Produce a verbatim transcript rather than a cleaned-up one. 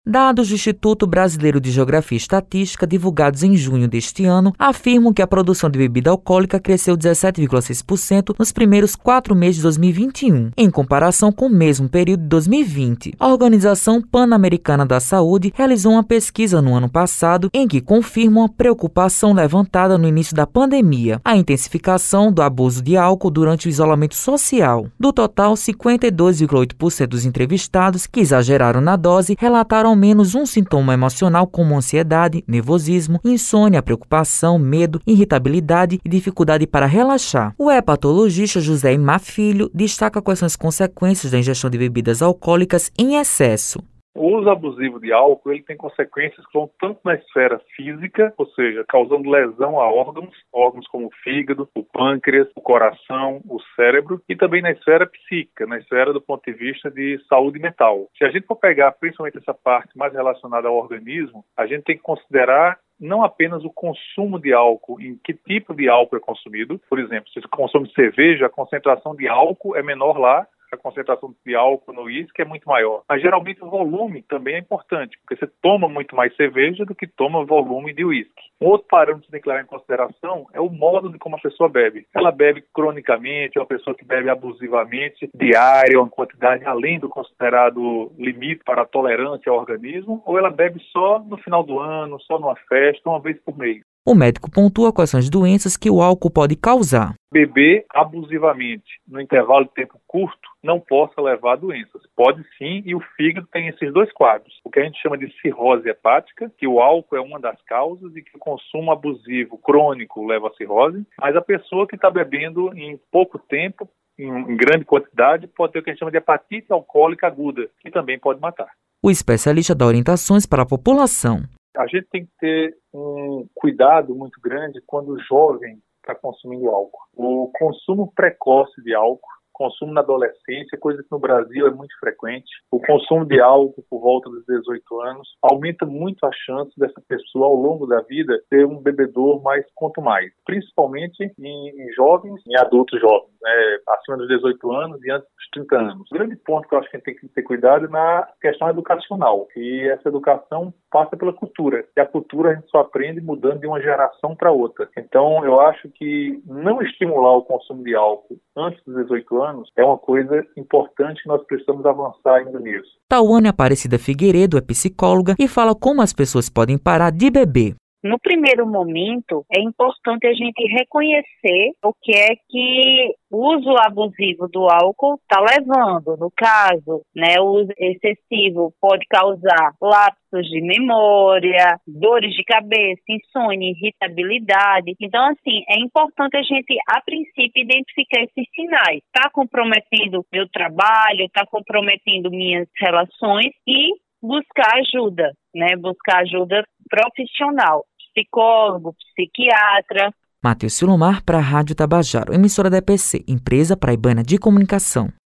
Dados do Instituto Brasileiro de Geografia e Estatística, divulgados em junho deste ano, afirmam que a produção de bebida alcoólica cresceu dezessete vírgula seis por cento nos primeiros quatro meses de dois mil e vinte e um, em comparação com o mesmo período de dois mil e vinte. A Organização Pan-Americana da Saúde realizou uma pesquisa no ano passado em que confirma a preocupação levantada no início da pandemia, a intensificação do abuso de álcool durante o isolamento social. Do total, cinquenta e dois vírgula oito por cento dos entrevistados que exageraram na dose relataram ao menos um sintoma emocional como ansiedade, nervosismo, insônia, preocupação, medo, irritabilidade e dificuldade para relaxar. O hepatologista José Imar Filho destaca quais são as consequências da ingestão de bebidas alcoólicas em excesso. O uso abusivo de álcool ele tem consequências que vão tanto na esfera física, ou seja, causando lesão a órgãos, órgãos como o fígado, o pâncreas, o coração, o cérebro, e também na esfera psíquica, na esfera do ponto de vista de saúde mental. Se a gente for pegar principalmente essa parte mais relacionada ao organismo, a gente tem que considerar não apenas o consumo de álcool, em que tipo de álcool é consumido. Por exemplo, se você consome cerveja, a concentração de álcool é menor lá, a concentração de álcool no uísque é muito maior. Mas geralmente o volume também é importante, porque você toma muito mais cerveja do que toma volume de uísque. Um outro parâmetro que tem que levar em consideração é o modo de como a pessoa bebe. Ela bebe cronicamente, é uma pessoa que bebe abusivamente, diária, uma quantidade além do considerado limite para a tolerância ao organismo, ou ela bebe só no final do ano, só numa festa, uma vez por mês. O médico pontua quais são as doenças que o álcool pode causar. Beber abusivamente no intervalo de tempo curto não possa levar a doenças. Pode sim, e o fígado tem esses dois quadros. O que a gente chama de cirrose hepática, que o álcool é uma das causas e que o consumo abusivo crônico leva a cirrose, mas a pessoa que está bebendo em pouco tempo, em, em grande quantidade, pode ter o que a gente chama de hepatite alcoólica aguda, que também pode matar. O especialista dá orientações para a população. A gente tem que ter um cuidado muito grande quando o jovem está consumindo álcool. O consumo precoce de álcool, consumo na adolescência, coisa que no Brasil é muito frequente. O consumo de álcool por volta dos dezoito anos aumenta muito a chance dessa pessoa, ao longo da vida, ser um bebedor mais quanto mais. Principalmente em, em jovens, em adultos jovens, né, acima dos dezoito anos e antes dos trinta anos. O grande ponto que eu acho que a gente tem que ter cuidado é na questão educacional. E essa educação passa pela cultura. E a cultura a gente só aprende mudando de uma geração para outra. Então, eu acho que não estimular o consumo de álcool antes dos dezoito anos é uma coisa importante que nós precisamos avançar ainda nisso. Tauane Aparecida Figueiredo é psicóloga e fala como as pessoas podem parar de beber. No primeiro momento, é importante a gente reconhecer o que é que o uso abusivo do álcool está levando. No caso, né, o uso excessivo pode causar lapsos de memória, dores de cabeça, insônia, irritabilidade. Então, assim, é importante a gente, a princípio, identificar esses sinais. Está comprometendo meu trabalho, está comprometendo minhas relações e buscar ajuda, né? Buscar ajuda profissional, psicólogo, psiquiatra. Matheus Silomar para a Rádio Tabajaro, emissora da E P C, Empresa Paraibana de Comunicação.